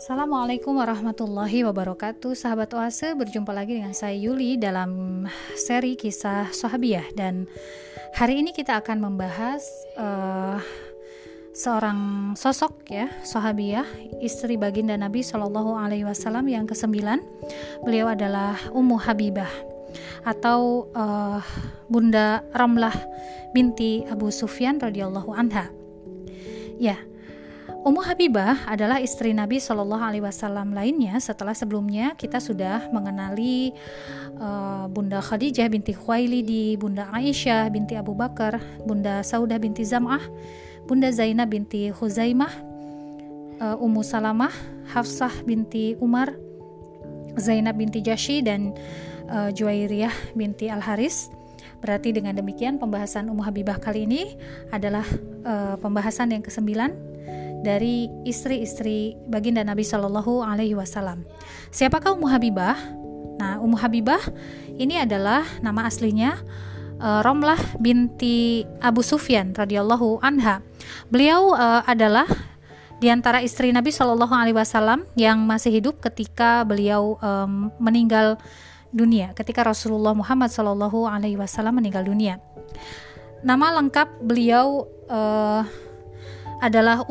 Assalamualaikum warahmatullahi wabarakatuh. Sahabat Oase, berjumpa lagi dengan saya Yuli dalam seri kisah Sahabiyah. Dan hari ini kita akan membahas seorang sosok ya, Sahabiyah, istri baginda Nabi SAW yang ke-9. Beliau adalah Ummu Habibah atau Bunda Ramlah binti Abu Sufyan radhiyallahu anha. Ya, Ummu Habibah adalah istri Nabi SAW lainnya setelah sebelumnya kita sudah mengenali Bunda Khadijah binti Khuwailid, Bunda Aisyah binti Abu Bakar, Bunda Saudah binti Zam'ah, Bunda Zainab binti Khuzaimah, Ummu Salamah, Hafsah binti Umar, Zainab binti Jahsy, dan Juwairiyah binti Al-Haris. Berarti dengan demikian pembahasan Ummu Habibah kali ini adalah pembahasan yang ke-9 dari istri-istri baginda Nabi Shallallahu Alaihi Wasallam. Siapakah Ummu Habibah? Nah, Ummu Habibah ini adalah nama aslinya Ramlah binti Abu Sufyan radhiyallahu anha. Beliau adalah di antara istri Nabi Shallallahu Alaihi Wasallam yang masih hidup ketika beliau meninggal dunia, ketika Rasulullah Muhammad Shallallahu Alaihi Wasallam meninggal dunia. Nama lengkap beliau adalah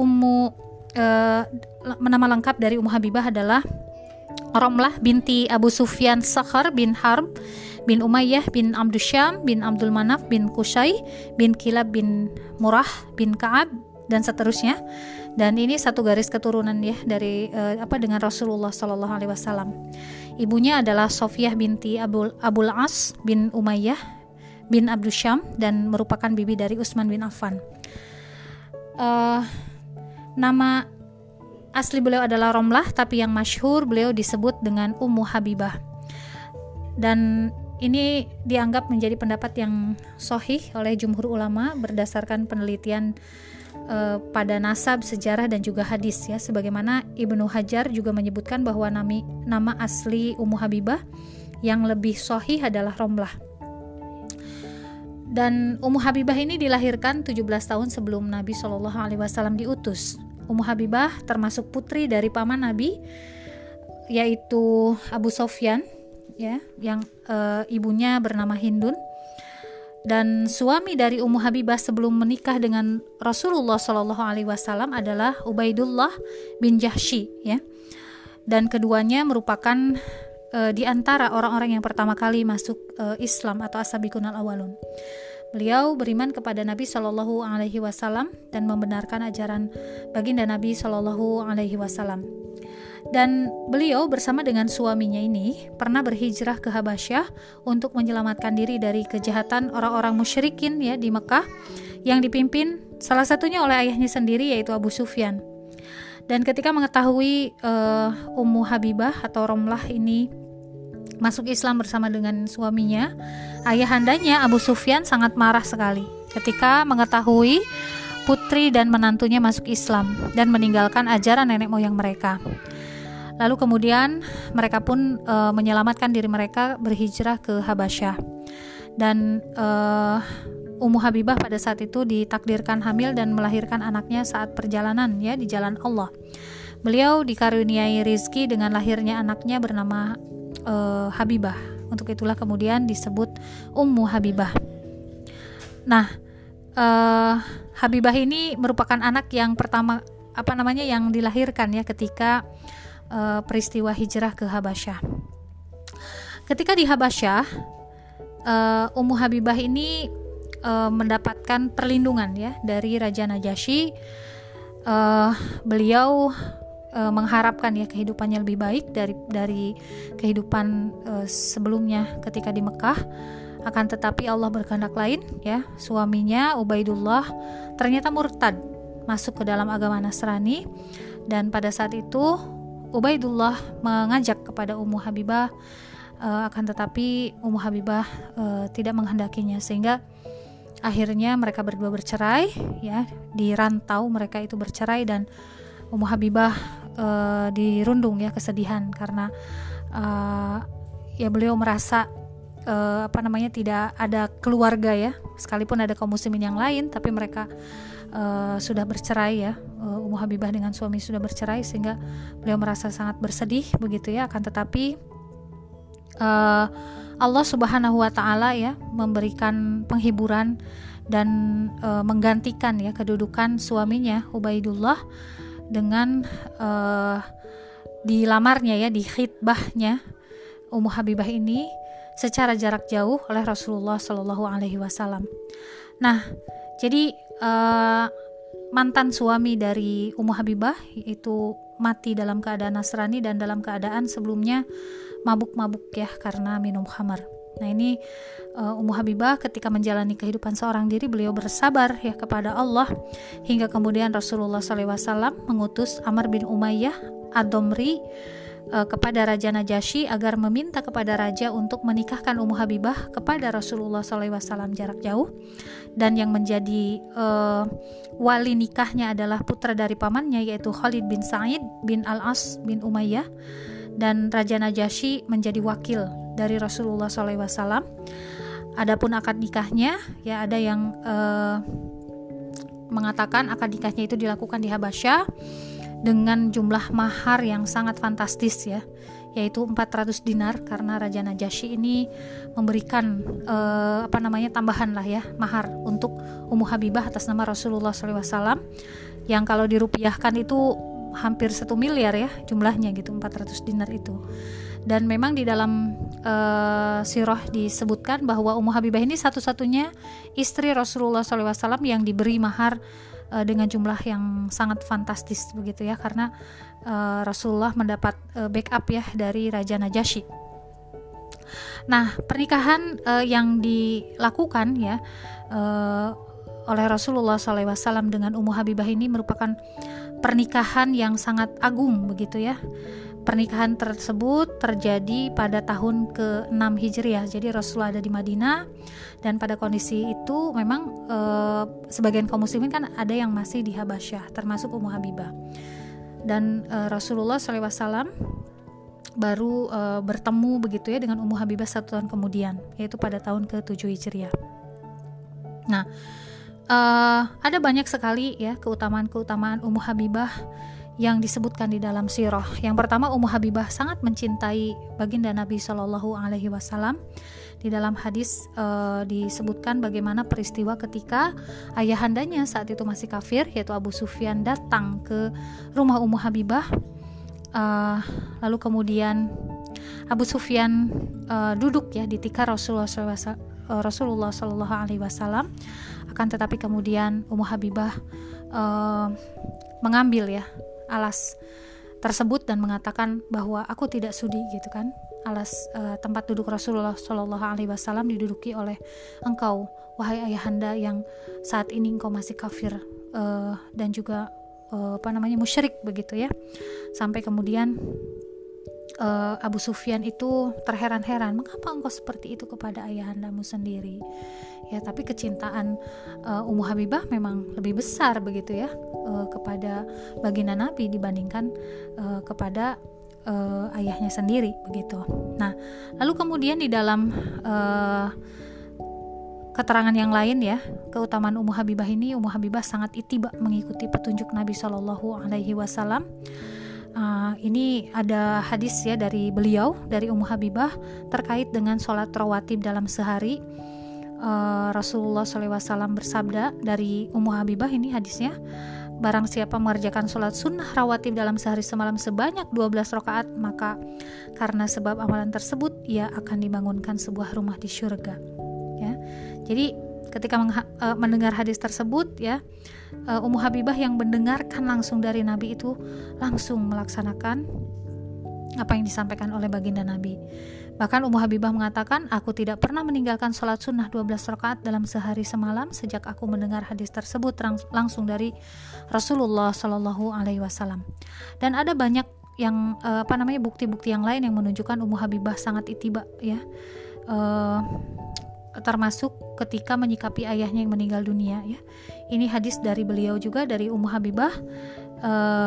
nama lengkap dari Ummu Habibah adalah Ramlah binti Abu Sufyan Sakhar bin Harb bin Umayyah bin Abdus Syam bin Abdul Manaf bin Qusay bin Kilab bin Murrah bin Ka'ab dan seterusnya. Dan ini satu garis keturunan ya dari dengan Rasulullah Sallallahu Alaihi Wasallam. Ibunya adalah Sofiyah binti Abul As bin Umayyah bin Abdus Syam dan merupakan bibi dari Utsman bin Affan. Nama asli beliau adalah Ramlah, tapi yang masyhur beliau disebut dengan Ummu Habibah. Dan ini dianggap menjadi pendapat yang sahih oleh jumhur ulama berdasarkan penelitian pada nasab, sejarah, dan juga hadis ya. Sebagaimana Ibnu Hajar juga menyebutkan bahwa nama asli Ummu Habibah yang lebih sahih adalah Ramlah. Dan Ummu Habibah ini dilahirkan 17 tahun sebelum Nabi Shallallahu Alaihi Wasallam diutus. Ummu Habibah termasuk putri dari paman Nabi, yaitu Abu Sufyan, ya, yang ibunya bernama Hindun. Dan suami dari Ummu Habibah sebelum menikah dengan Rasulullah Shallallahu Alaihi Wasallam adalah Ubaidullah bin Jahsy, ya. Dan keduanya merupakan di antara orang-orang yang pertama kali masuk Islam atau as-sabiqun al-awwalun. Beliau beriman kepada Nabi Shallallahu Alaihi Wasallam dan membenarkan ajaran baginda Nabi Shallallahu Alaihi Wasallam. Dan beliau bersama dengan suaminya ini pernah berhijrah ke Habasyah untuk menyelamatkan diri dari kejahatan orang-orang musyrikin ya di Mekah yang dipimpin salah satunya oleh ayahnya sendiri yaitu Abu Sufyan. Dan ketika mengetahui Ummu Habibah atau Ramlah ini masuk Islam bersama dengan suaminya, ayahandanya Abu Sufyan sangat marah sekali ketika mengetahui putri dan menantunya masuk Islam dan meninggalkan ajaran nenek moyang mereka. Lalu kemudian mereka pun menyelamatkan diri mereka berhijrah ke Habasyah. Dan Ummu Habibah pada saat itu ditakdirkan hamil dan melahirkan anaknya saat perjalanan ya di jalan Allah. Beliau dikaruniai rizki dengan lahirnya anaknya bernama Habibah. Untuk itulah kemudian disebut Ummu Habibah. Nah, Habibah ini merupakan anak yang pertama yang dilahirkan ya ketika peristiwa hijrah ke Habasyah. Ketika di Habasyah, Ummu Habibah ini mendapatkan perlindungan ya dari Raja Najasyi. Beliau mengharapkan ya kehidupannya lebih baik dari kehidupan sebelumnya ketika di Mekah. Akan tetapi Allah berkehendak lain ya. Suaminya Ubaidullah ternyata murtad, masuk ke dalam agama Nasrani, dan pada saat itu Ubaidullah mengajak kepada Ummu Habibah, akan tetapi Ummu Habibah tidak menghendakinya, sehingga akhirnya mereka berdua bercerai ya. Di rantau mereka itu bercerai dan Ummu Habibah dirundung ya kesedihan karena ya beliau merasa tidak ada keluarga ya, sekalipun ada kaum muslimin yang lain tapi mereka sudah bercerai ya, Ummu Habibah dengan suami sudah bercerai, sehingga beliau merasa sangat bersedih begitu ya. Akan tetapi Allah Subhanahu wa taala ya memberikan penghiburan dan menggantikan ya kedudukan suaminya Ubaidullah dengan dilamarnya ya, di khitbahnya Ummu Habibah ini secara jarak jauh oleh Rasulullah Shallallahu Alaihi Wasallam. Nah, jadi mantan suami dari Ummu Habibah itu mati dalam keadaan Nasrani dan dalam keadaan sebelumnya mabuk-mabuk ya karena minum khamar. Nah ini Ummu Habibah ketika menjalani kehidupan seorang diri, beliau bersabar ya kepada Allah, hingga kemudian Rasulullah SAW mengutus Amr bin Umayyah Ad-Domri kepada Raja Najasyi agar meminta kepada raja untuk menikahkan Ummu Habibah kepada Rasulullah SAW jarak jauh, dan yang menjadi wali nikahnya adalah putra dari pamannya yaitu Khalid bin Sa'id bin Al-As bin Umayyah, dan Raja Najasyi menjadi wakil dari Rasulullah SAW. Adapun akad nikahnya ya, ada yang mengatakan akad nikahnya itu dilakukan di Habasyah dengan jumlah mahar yang sangat fantastis ya, yaitu 400 dinar, karena Raja Najasyi ini memberikan tambahan lah ya mahar untuk Ummu Habibah atas nama Rasulullah SAW, yang kalau dirupiahkan itu hampir 1 miliar ya jumlahnya gitu, 400 dinar itu. Dan memang di dalam sirah disebutkan bahwa Ummu Habibah ini satu-satunya istri Rasulullah SAW yang diberi mahar dengan jumlah yang sangat fantastis begitu ya, karena Rasulullah mendapat backup ya dari Raja Najasyi. Nah, pernikahan yang dilakukan ya oleh Rasulullah SAW dengan Ummu Habibah ini merupakan pernikahan yang sangat agung begitu ya. Pernikahan tersebut terjadi pada tahun ke-6 Hijriah. Jadi Rasulullah ada di Madinah, dan pada kondisi itu memang sebagian kaum muslimin kan ada yang masih di Habasyah, termasuk Ummu Habibah. Dan Rasulullah SAW baru bertemu begitu ya dengan Ummu Habibah 1 tahun kemudian, yaitu pada tahun ke-7 Hijriah. Nah, ada banyak sekali ya keutamaan-keutamaan Ummu Habibah yang disebutkan di dalam sirah. Yang pertama, Ummu Habibah sangat mencintai baginda Nabi Shallallahu Alaihi Wasallam. Di dalam hadis disebutkan bagaimana peristiwa ketika ayahandanya saat itu masih kafir, yaitu Abu Sufyan, datang ke rumah Ummu Habibah. Lalu kemudian Abu Sufyan duduk ya di tikar Rasulullah Shallallahu Alaihi Wasallam. Akan tetapi kemudian Ummu Habibah mengambil ya alas tersebut dan mengatakan bahwa aku tidak sudi gitu kan, alas tempat duduk Rasulullah Shallallahu Alaihi Wasallam diduduki oleh engkau, wahai ayahanda yang saat ini engkau masih kafir dan juga musyrik begitu ya. Sampai kemudian Abu Sufyan itu terheran-heran, mengapa engkau seperti itu kepada ayahandamu sendiri ya. Tapi kecintaan Ummu Habibah memang lebih besar begitu ya kepada baginda Nabi dibandingkan kepada ayahnya sendiri begitu. Nah, lalu kemudian di dalam keterangan yang lain ya, keutamaan Ummu Habibah ini, Ummu Habibah sangat ittiba mengikuti petunjuk Nabi Shallallahu Alaihi Wasallam. Ini ada hadis ya dari beliau, dari Ummu Habibah, terkait dengan sholat rawatib dalam sehari. Rasulullah SAW bersabda dari Ummu Habibah, ini hadisnya, barang siapa mengerjakan sholat sunnah rawatib dalam sehari semalam sebanyak 12 rakaat, maka karena sebab amalan tersebut ia akan dibangunkan sebuah rumah di syurga ya. Jadi ketika mendengar hadis tersebut ya, Ummu Habibah yang mendengarkan langsung dari Nabi itu langsung melaksanakan apa yang disampaikan oleh baginda Nabi. Bahkan Ummu Habibah mengatakan, aku tidak pernah meninggalkan sholat sunnah 12 rakaat dalam sehari semalam sejak aku mendengar hadis tersebut langsung dari Rasulullah Shallallahu Alaihi Wasallam. Dan ada banyak yang bukti-bukti yang lain yang menunjukkan Ummu Habibah sangat ittiba ya, termasuk ketika menyikapi ayahnya yang meninggal dunia ya. Ini hadis dari beliau juga, dari Ummu Habibah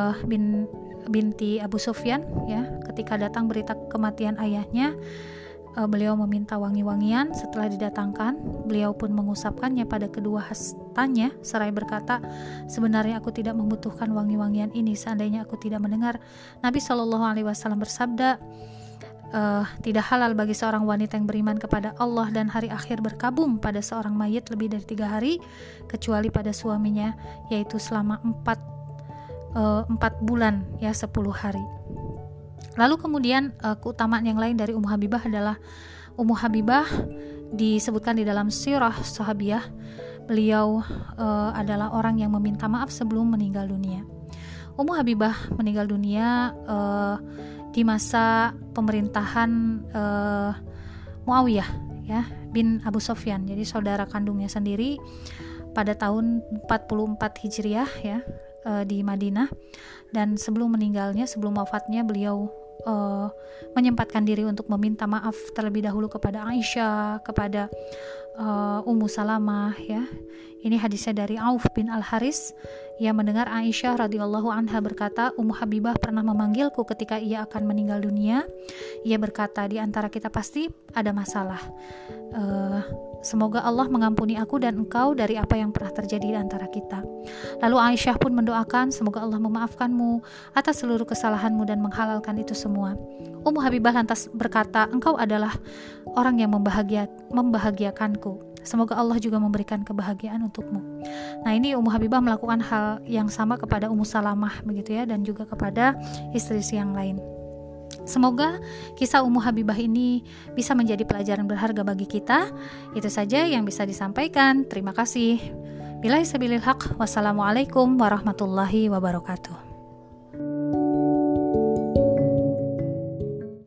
binti Abu Sufyan ya, ketika datang berita kematian ayahnya, beliau meminta wangi-wangian. Setelah didatangkan, beliau pun mengusapkannya pada kedua hastanya seraya berkata, sebenarnya aku tidak membutuhkan wangi-wangian ini seandainya aku tidak mendengar Nabi SAW bersabda, tidak halal bagi seorang wanita yang beriman kepada Allah dan hari akhir berkabung pada seorang mayit lebih dari 3 hari kecuali pada suaminya, yaitu selama 4 bulan, ya 10 hari. Lalu kemudian keutamaan yang lain dari Ummu Habibah adalah Ummu Habibah disebutkan di dalam sirah sahabiyah, beliau adalah orang yang meminta maaf sebelum meninggal dunia. Ummu Habibah meninggal dunia di masa pemerintahan Muawiyah, ya, bin Abu Sufyan, jadi saudara kandungnya sendiri, pada tahun 44 Hijriah, ya, di Madinah. Dan sebelum meninggalnya, sebelum wafatnya, beliau menyempatkan diri untuk meminta maaf terlebih dahulu kepada Aisyah, kepada Ummu Salamah, ya. Ini hadisnya dari Auf bin Al-Haris. Ia mendengar Aisyah radhiyallahu anha berkata, Ummu Habibah pernah memanggilku ketika ia akan meninggal dunia. Ia berkata, di antara kita pasti ada masalah. Semoga Allah mengampuni aku dan engkau dari apa yang pernah terjadi di antara kita. Lalu Aisyah pun mendoakan, semoga Allah memaafkanmu atas seluruh kesalahanmu dan menghalalkan itu semua. Ummu Habibah lantas berkata, engkau adalah orang yang membahagiakanku. Semoga Allah juga memberikan kebahagiaan untukmu. Nah, ini Ummu Habibah melakukan hal yang sama kepada Ummu Salamah, begitu ya, dan juga kepada istri-istri yang lain. Semoga kisah Ummu Habibah ini bisa menjadi pelajaran berharga bagi kita. Itu saja yang bisa disampaikan. Terima kasih. Billahi sabilil haq. Wassalamualaikum warahmatullahi wabarakatuh.